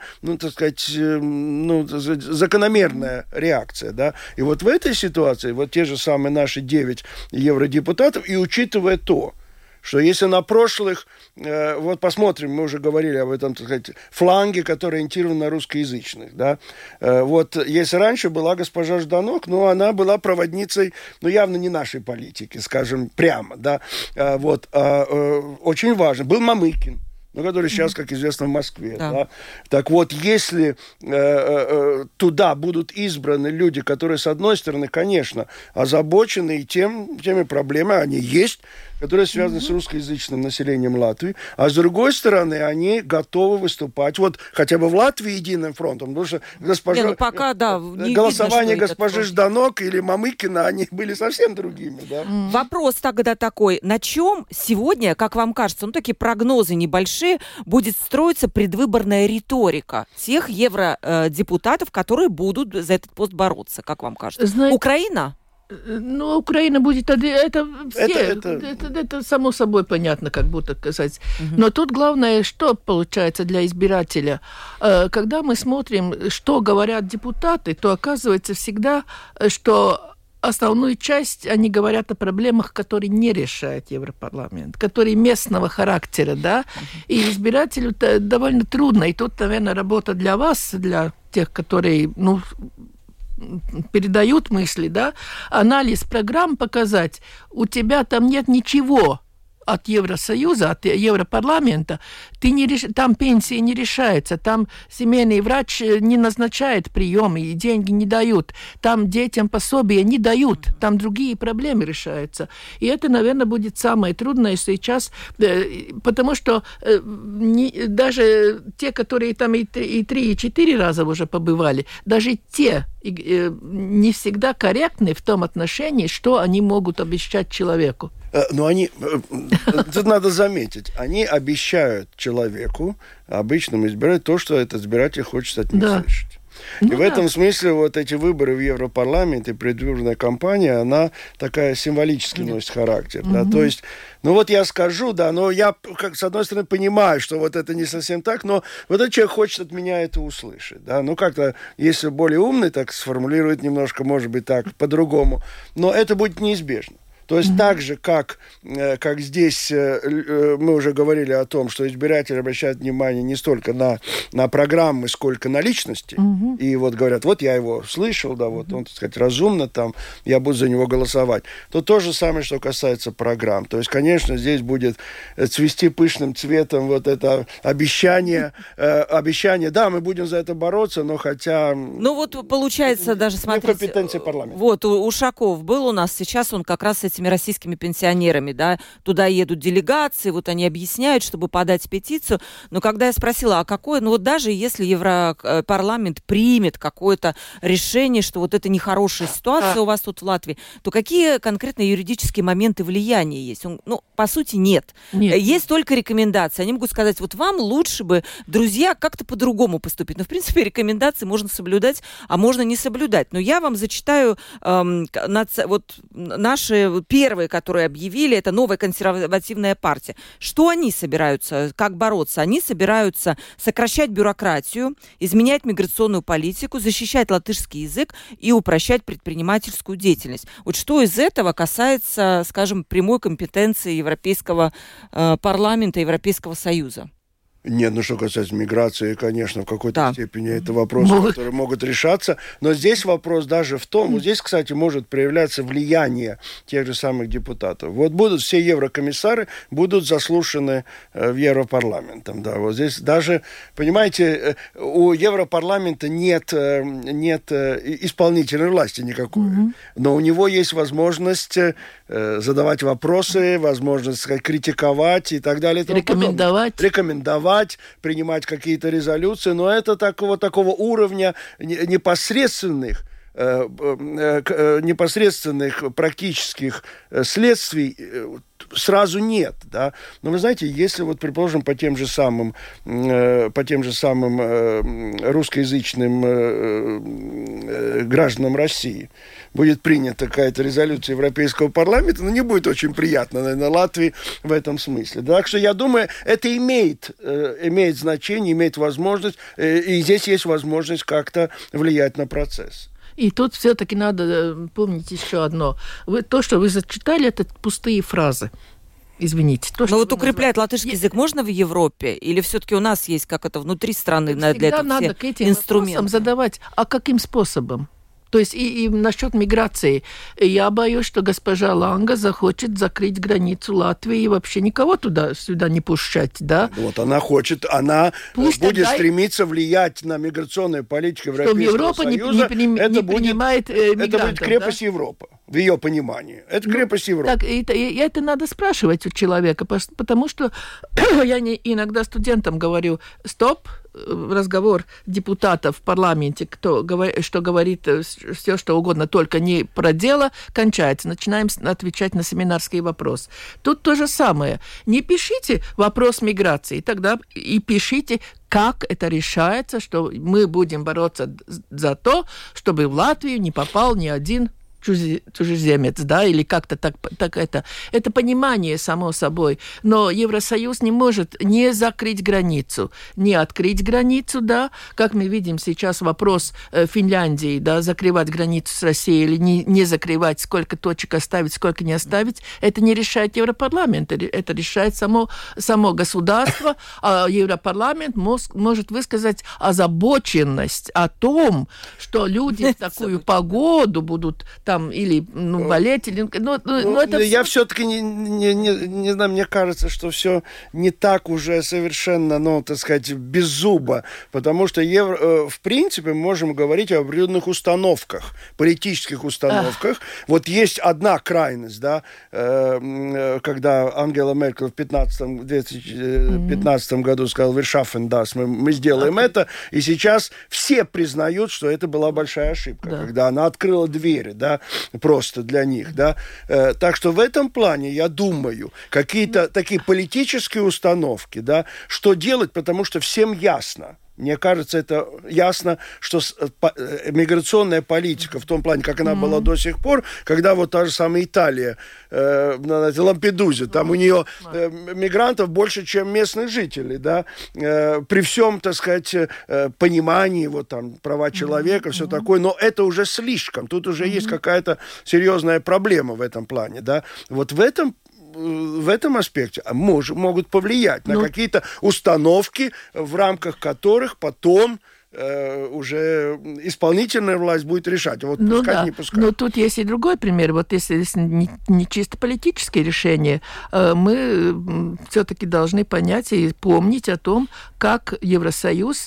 закономерная реакция, да. И вот в этой ситуации, вот те же самые наши 9 евродепутатов, и учитывая то, что если на прошлых, вот посмотрим, мы уже говорили об этом, так сказать, фланге, который ориентирован на русскоязычных, да, вот если раньше была госпожа Жданок, она была проводницей, явно не нашей политики, скажем, прямо, да, вот, очень важно, был Мамыкин, который сейчас, как известно, в Москве. Да. Да? Так вот, если туда будут избраны люди, которые, с одной стороны, конечно, озабочены и теми проблемами, они есть, которые связаны с русскоязычным населением Латвии, а с другой стороны, они готовы выступать, вот хотя бы в Латвии единым фронтом, потому что голосование госпожи Жданок или Мамыкина, они были совсем другими. Да? Вопрос тогда такой, на чем сегодня, как вам кажется, такие прогнозы небольшие, будет строиться предвыборная риторика тех евродепутатов, которые будут за этот пост бороться, как вам кажется? Украина? Украина будет... Это само собой понятно, как будто сказать. Но тут главное, что получается для избирателя. Когда мы смотрим, что говорят депутаты, то оказывается всегда, что основную часть они говорят о проблемах, которые не решает Европарламент, которые местного характера, да, и избирателю довольно трудно. И тут, наверное, работа для вас, для тех, которые, передают мысли, да, анализ программ показать, у тебя там нет ничего от Евросоюза, от Европарламента, там пенсии не решаются, там семейный врач не назначает приемы и деньги не дают, там детям пособия не дают, там другие проблемы решаются. И это, наверное, будет самое трудное сейчас, потому что даже те, которые там и 3, и 4 раза уже побывали, даже те не всегда корректны в том отношении, что они могут обещать человеку. Но тут надо заметить, они обещают человеку, обычному избирателю, то, что этот избиратель хочет от них слышать. И в этом смысле вот эти выборы в Европарламент и предвыборная кампания, она такая символически носит характер. Да? То есть, вот я скажу, но я, с одной стороны, понимаю, что вот это не совсем так, но вот этот человек хочет от меня это услышать. Да? Как-то, если более умный, так сформулирует немножко, может быть, так, по-другому. Но это будет неизбежно. То есть так же, как здесь мы уже говорили о том, что избиратели обращают внимание не столько на программы, сколько на личности. И вот говорят, вот я его слышал, да, вот он, так сказать, разумно там, я буду за него голосовать. То же самое, что касается программ. То есть, конечно, здесь будет цвести пышным цветом вот это обещание, да, мы будем за это бороться, но хотя... вот получается даже, смотрите... в компетенции парламента. Вот, Ушаков был у нас, сейчас он как раз с этими российскими пенсионерами, да, туда едут делегации, вот они объясняют, чтобы подать петицию, но когда я спросила, а какое, даже если Европарламент примет какое-то решение, что вот это нехорошая ситуация у вас тут в Латвии, то какие конкретно юридические моменты влияния есть? По сути, нет. Есть только рекомендации. Они могут сказать, вот вам лучше бы, друзья, как-то по-другому поступить. В принципе, рекомендации можно соблюдать, а можно не соблюдать. Но я вам зачитаю наши первые, которые объявили, это новая консервативная партия. Что они собираются, как бороться? Они собираются сокращать бюрократию, изменять миграционную политику, защищать латышский язык и упрощать предпринимательскую деятельность. Вот что из этого касается, скажем, прямой компетенции Европейского парламента, Европейского Союза? Нет, что касается миграции, конечно, в какой-то степени это вопросы, которые могут решаться. Но здесь вопрос даже в том, вот здесь, кстати, может проявляться влияние тех же самых депутатов. Вот будут все еврокомиссары, будут заслушаны в Европарламентом. Да, вот здесь даже, понимаете, у Европарламента нет исполнительной власти никакой. Но у него есть возможность задавать вопросы, возможность, сказать, критиковать и так далее. И рекомендовать, принимать какие-то резолюции, но это такого уровня непосредственных практических следствий сразу нет, да. Но вы знаете, если вот, предположим, по тем же самым русскоязычным гражданам России будет принята какая-то резолюция Европейского парламента, не будет очень приятно, наверное, Латвии в этом смысле. Так что я думаю, это имеет значение, имеет возможность, и здесь есть возможность как-то влиять на процесс. И тут все-таки надо помнить еще одно. То, что вы зачитали, это пустые фразы. Извините. Но вот укреплять латышский язык можно в Европе? Или все-таки у нас есть, как это, внутри страны для этого надо все к этим инструменты? Задавать, а каким способом? То есть и насчет миграции. Я боюсь, что госпожа Ланга захочет закрыть границу Латвии и вообще никого сюда не пущать, да? Вот она будет стремиться влиять на миграционную политику Европейского Союза. Это будет крепость Европы, в ее понимании. Это крепость Европы. Так, это надо спрашивать у человека, потому что я иногда студентам говорю, стоп, разговор депутатов в парламенте, что говорит все, что угодно, только не про дело, кончается. Начинаем отвечать на семинарский вопрос. Тут то же самое. Не пишите вопрос миграции, тогда и пишите, как это решается, что мы будем бороться за то, чтобы в Латвию не попал ни один чужеземец, да, или как-то так это. Это понимание, само собой. Но Евросоюз не может не закрыть границу, не открыть границу, да, как мы видим сейчас вопрос Финляндии, да, закрывать границу с Россией или не закрывать, сколько точек оставить, сколько не оставить, это не решает Европарламент, это решает само государство, а Европарламент может высказать озабоченность о том, что люди в такую погоду будут там или болеть, или... Я все-таки не знаю, мне кажется, что все не так уже совершенно, так сказать, без зуба, потому что в принципе мы можем говорить о определенных установках, политических установках. Вот есть одна крайность, да, когда Ангела Меркель в 2015 году сказала, wir schaffen das, мы сделаем это, и сейчас все признают, что это была большая ошибка, когда она открыла двери, да, просто для них, да. Так что в этом плане, я думаю, какие-то такие политические установки, да, что делать, потому что всем ясно. Мне кажется, это ясно, что миграционная политика в том плане, как она была до сих пор, когда вот та же самая Италия, на Лампедузе, там у нее мигрантов больше, чем местных жителей, да, при всем, так сказать, понимании, вот там, права человека, все такое, но это уже слишком, тут уже есть какая-то серьезная проблема в этом плане, да, вот в этом аспекте могут повлиять на какие-то установки, в рамках которых потом уже исполнительная власть будет решать. Вот пускать, не пускать. Но тут есть и другой пример. Вот если не чисто политические решения, мы все-таки должны понять и помнить о том, как Евросоюз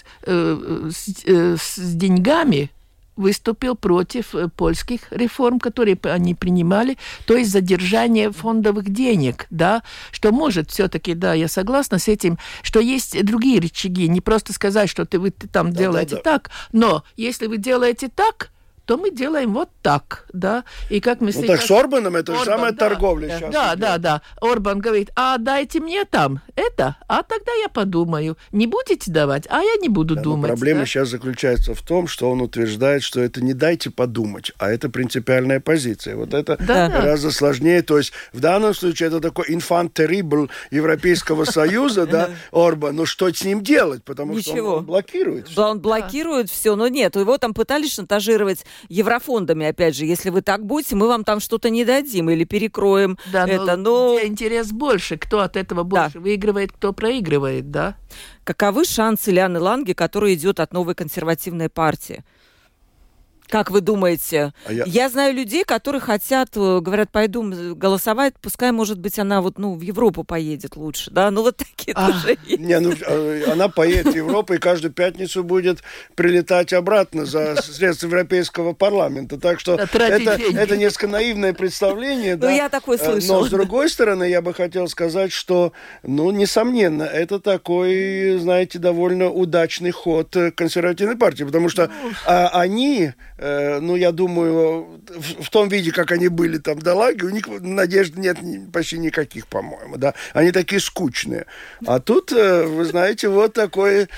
с деньгами выступил против польских реформ, которые они принимали, то есть задержание фондовых денег, да, что может все-таки, да, я согласна с этим, что есть другие рычаги, не просто сказать, что вы там делаете так, но если вы делаете так, то мы делаем вот так, да, и как мы сейчас... так с Орбаном это же самая торговля сейчас. Да. Орбан говорит, дайте мне там это, тогда я подумаю. Не будете давать, я не буду думать. Проблема сейчас заключается в том, что он утверждает, что это не дайте подумать, а это принципиальная позиция. Вот это гораздо сложнее. То есть в данном случае это такой infant terrible Европейского Союза, да, Орбан. Но что с ним делать? Потому что он блокирует. Да, он блокирует все, но нет, его там пытались шантажировать еврофондами, опять же, если вы так будете, мы вам там что-то не дадим или перекроем это. Но где интерес больше, кто от этого больше выигрывает, кто проигрывает, да? Каковы шансы Лианы Ланге, которая идет от новой консервативной партии? Как вы думаете? Я знаю людей, которые хотят, говорят, пойду голосовать, пускай, может быть, она в Европу поедет лучше, да? Вот такие тоже есть. Она поедет в Европу и каждую пятницу будет прилетать обратно за средства Европейского парламента. Так что это несколько наивное представление. Да? Я такое слышала. Но, с другой стороны, я бы хотел сказать, что, несомненно, это такой, знаете, довольно удачный ход консервативной партии, потому что они... я думаю, в том виде, как они были там до Лаги, у них надежд нет почти никаких, по-моему, да. Они такие скучные. А тут, вы знаете, вот такой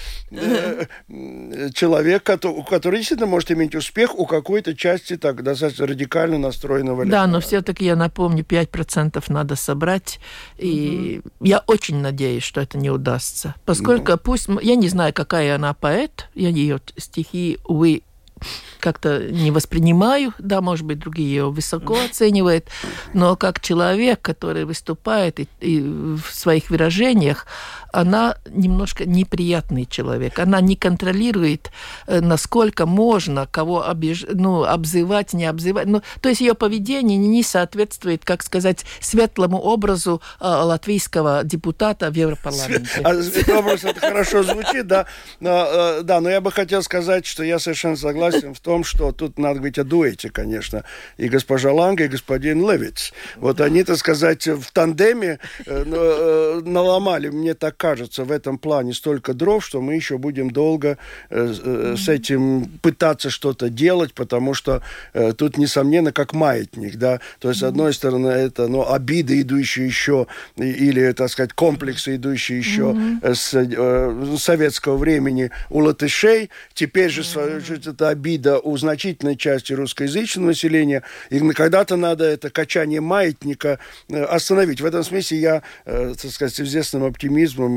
человек, который действительно может иметь успех у какой-то части так достаточно радикально настроенного электората. Да, но все-таки, я напомню, 5% надо собрать, и я очень надеюсь, что это не удастся. Поскольку, я не знаю, какая она поэт, я ее стихи, увы, как-то не воспринимаю, да, может быть, другие ее высоко оценивают, но как человек, который выступает и в своих выражениях, она немножко неприятный человек. Она не контролирует, насколько можно кого обзывать, не обзывать. То есть ее поведение не соответствует, как сказать, светлому образу латвийского депутата в Европарламенте. Светлый образ, это хорошо звучит, да. Но я бы хотел сказать, что я совершенно согласен в том, что тут надо говорить о дуэте, конечно. И госпожа Ланге, и господин Левиц. Вот они, так сказать, в тандеме наломали, мне так кажется, в этом плане столько дров, что мы еще будем долго с этим пытаться что-то делать, потому что тут, несомненно, как маятник, да. То есть, с одной стороны, это, обиды, идущие еще, или, так сказать, комплексы, идущие еще с советского времени у латышей. Теперь же это обида у значительной части русскоязычного населения. И когда-то надо это качание маятника остановить. В этом смысле я, так сказать, с известным оптимизмом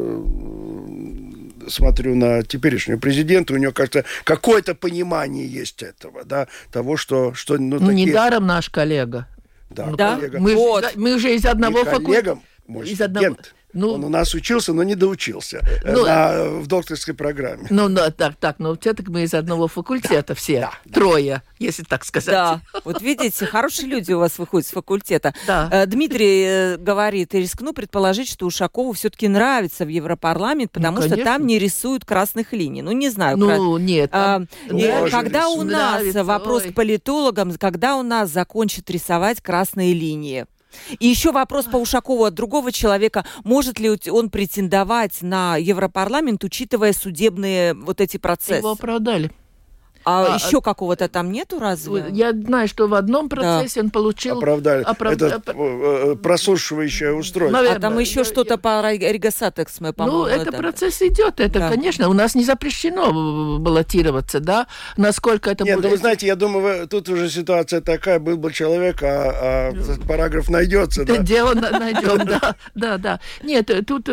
смотрю на теперешнего президента. У него, кажется, какое-то понимание есть этого, да, того, что такие... недаром наш коллега. Да, коллега. Мы же из одного факультета. Мой студент. Он у нас учился, но не доучился в докторской программе. Все-таки мы из одного факультета все, трое, если так сказать. Да, вот видите, хорошие люди у вас выходят с факультета. Да. Дмитрий говорит, и рискну предположить, что Ушакову все-таки нравится в Европарламент, потому что там не рисуют красных линий. Не знаю. Нет. Когда у нас, вопрос к политологам, когда у нас закончат рисовать красные линии? И еще вопрос по Ушакову от другого человека. Может ли он претендовать на Европарламент, учитывая судебные вот эти процессы? Его оправдали. Еще какого-то там нету разве? Я знаю, что в одном процессе он получил... Оправдали. Это просушивающее устройство. Наверное. Там еще что-то по Ригасатекс, по-моему. Это процесс идет. Конечно, у нас не запрещено баллотироваться, да? Насколько это будет... вы знаете, я думаю, тут уже ситуация такая, был бы человек, а параграф найдется, да? Дело найдем, да. Нет, тут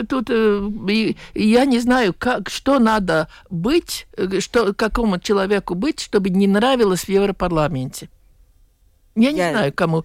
я не знаю, что надо быть, какому человеку быть, чтобы не нравилось в Европарламенте. Я не знаю, кому.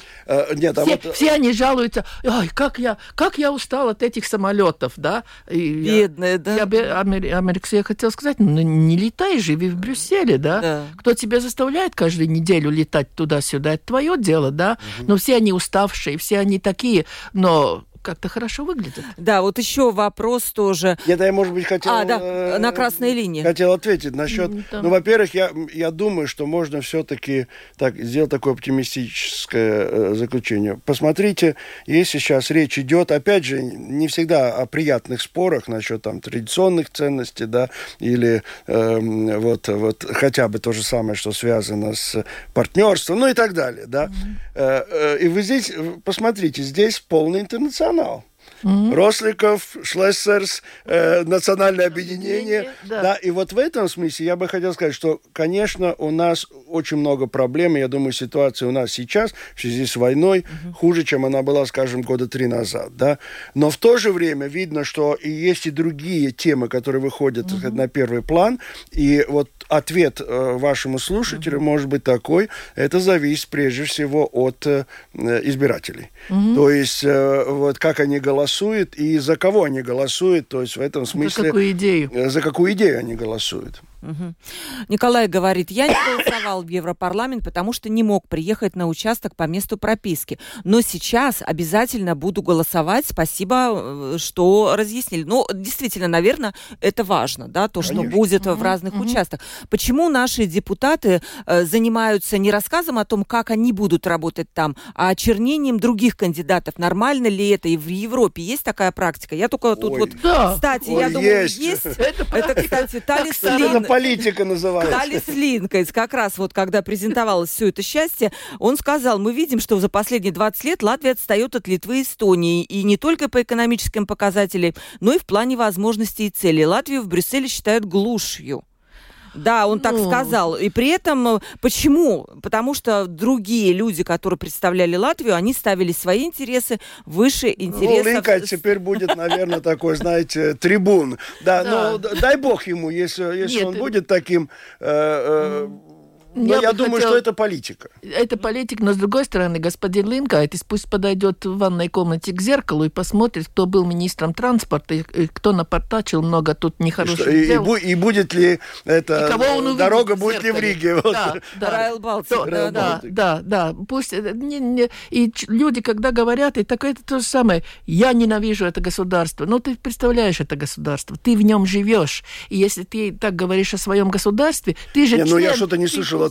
Все они жалуются, ой, как я устал от этих самолетов, да? Бедные, да? Я хотела сказать, не летай, живи в Брюсселе, да? Кто тебя заставляет каждую неделю летать туда-сюда, это твое дело, да? Но все они уставшие, все они такие, но... как-то хорошо выглядит. Да, вот еще вопрос тоже. Я, может быть, хотел... на красной линии. Хотел ответить насчет... во-первых, я думаю, что можно все-таки сделать такое оптимистическое заключение. Посмотрите, если сейчас речь идет, опять же, не всегда о приятных спорах насчет традиционных ценностей, да, или хотя бы то же самое, что связано с партнерством, и так далее, да. И вы здесь, посмотрите, здесь полный интернационал. Росликов, Шлессерс, национальное объединение. Да. И вот в этом смысле я бы хотел сказать, что, конечно, у нас очень много проблем. Я думаю, ситуация у нас сейчас в связи с войной хуже, чем она была, скажем, 3 года назад. Да? Но в то же время видно, что и есть и другие темы, которые выходят на первый план. И вот ответ вашему слушателю может быть такой. Это зависит прежде всего от избирателей. То есть как они голосуют и за кого они голосуют, то есть в этом смысле... За какую идею они голосуют. Николай говорит, я не голосовал в Европарламент, потому что не мог приехать на участок по месту прописки. Но сейчас обязательно буду голосовать. Спасибо, что разъяснили. Действительно, наверное, это важно, да, то, что будет в разных участках. Почему наши депутаты занимаются не рассказом о том, как они будут работать там, а очернением других кандидатов? Нормально ли это? И в Европе есть такая практика? Я только тут кстати, я думаю, есть. Это, кстати, Талис Лин. Политика называется. Талис Линкольн, как раз когда презентовалось все это счастье, он сказал, мы видим, что за последние 20 лет Латвия отстает от Литвы и Эстонии, и не только по экономическим показателям, но и в плане возможностей и целей. Латвию в Брюсселе считают глушью. Да, он так сказал. И при этом, почему? Потому что другие люди, которые представляли Латвию, они ставили свои интересы выше интересов... Линкольн теперь будет, наверное, такой, знаете, трибун. Да, но дай бог ему, если он будет таким... Но я думаю, что это политика. Это политика, но с другой стороны, господин Линкольн пусть подойдет в ванной комнате к зеркалу и посмотрит, кто был министром транспорта и кто напортачил много тут нехороших дел. И будет ли эта дорога, будет ли в Риге? Райл Балтик. Да. Пусть... И люди, когда говорят, это то же самое. Я ненавижу это государство. Но ты представляешь это государство. Ты в нем живешь. И если ты так говоришь о своем государстве, ты же... я что-то не слышал от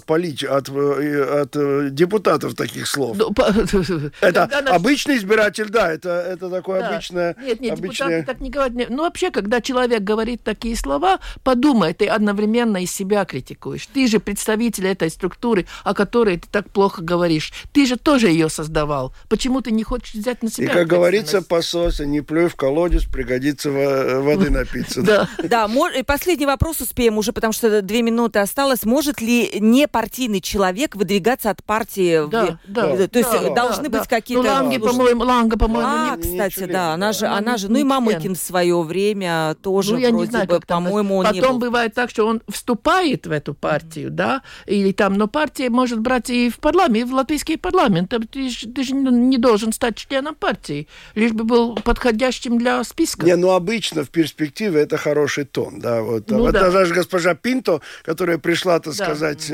депутатов таких слов. Это обычный избиратель, да, это такое обычное... Нет, депутаты так не говорят. Вообще, когда человек говорит такие слова, подумай, ты одновременно и себя критикуешь. Ты же представитель этой структуры, о которой ты так плохо говоришь. Ты же тоже ее создавал. Почему ты не хочешь взять на себя? И, как говорится, пососа, не плюй в колодец, пригодится воды напиться. Да, и последний вопрос успеем уже, потому что 2 минуты осталось. Может ли не партийный человек выдвигаться от партии. Да. То есть должны быть какие-то... Ланга, по-моему, кстати, да, она же, ну и Мамыкин в свое время тоже вроде бы, по-моему, он не был. Потом бывает так, что он вступает в эту партию, да, или там, но партия может брать и в парламент, и в латвийский парламент. Ты же не должен стать членом партии, лишь бы был подходящим для списка. Ну обычно в перспективе это хороший тон, да. Даже госпожа Пинто, которая пришла, так сказать,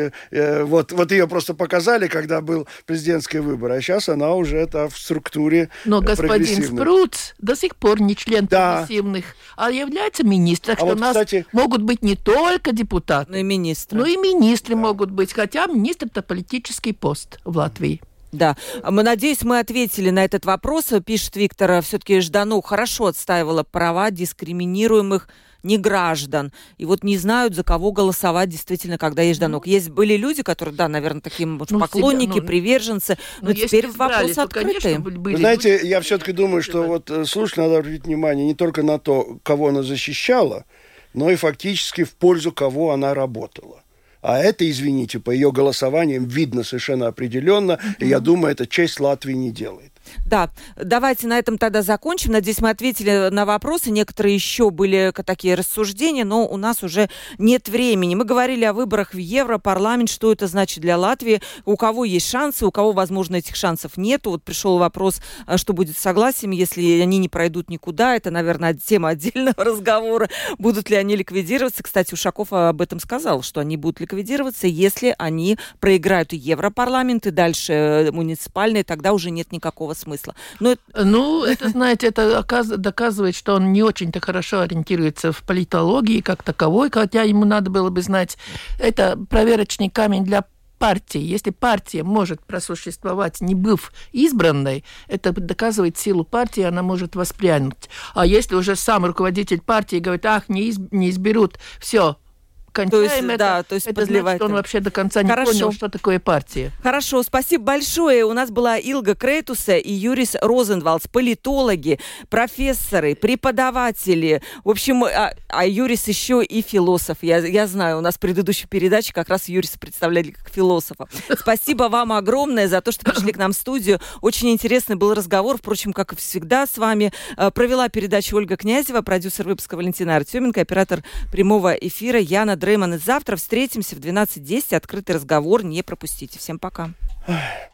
вот ее просто показали, когда был президентский выбор, а сейчас она уже в структуре но господин Спруц до сих пор не член прогрессивных, а является министром. Так что у нас могут быть не только депутаты, но и министры. Но и министры могут быть, хотя министр – это политический пост в Латвии. Да, надеюсь, мы ответили на этот вопрос. Пишет Виктор, все-таки Жданук хорошо отстаивала права дискриминируемых неграждан. И вот не знают, за кого голосовать действительно, когда есть Жданук. Были люди, которые, да, наверное, такие поклонники, приверженцы, но теперь вопрос открытый. Вы знаете, я все-таки думаю, что слушателям надо обратить внимание не только на то, кого она защищала, но и фактически в пользу кого она работала. А это, извините, по ее голосованиям видно совершенно определенно, и я думаю, это честь Латвии не делает. Да, давайте на этом тогда закончим. Надеюсь, мы ответили на вопросы. Некоторые еще были такие рассуждения, но у нас уже нет времени. Мы говорили о выборах в Европарламент, что это значит для Латвии, у кого есть шансы, у кого, возможно, этих шансов нету. Вот пришел вопрос, что будет с согласием, если они не пройдут никуда. Это, наверное, тема отдельного разговора. Будут ли они ликвидироваться? Кстати, Ушаков об этом сказал, что они будут ликвидироваться, если они проиграют и Европарламент, и дальше муниципальные, тогда уже нет никакого смысла. Это, знаете, это доказывает, что он не очень-то хорошо ориентируется в политологии как таковой, хотя ему надо было бы знать, это проверочный камень для партии. Если партия может просуществовать, не быв избранной, это доказывает силу партии, она может воспрянуть. А если уже сам руководитель партии говорит, не изберут, все, кончаем это подливать. Значит, он вообще до конца не понял, что такое партия. Хорошо, спасибо большое. У нас была Илга Крейтуса и Юрис Розенвалдс, политологи, профессоры, преподаватели. В общем, а Юрис еще и философ. Я знаю, у нас в предыдущей передаче как раз Юриса представляли как философа. Спасибо вам огромное за то, что пришли к нам в студию. Очень интересный был разговор, впрочем, как и всегда с вами. Провела передачу Ольга Князева, продюсер выпуска Валентина Артеменко, оператор прямого эфира Яна Дрейман. И завтра встретимся в 12:10. Открытый разговор. Не пропустите. Всем пока.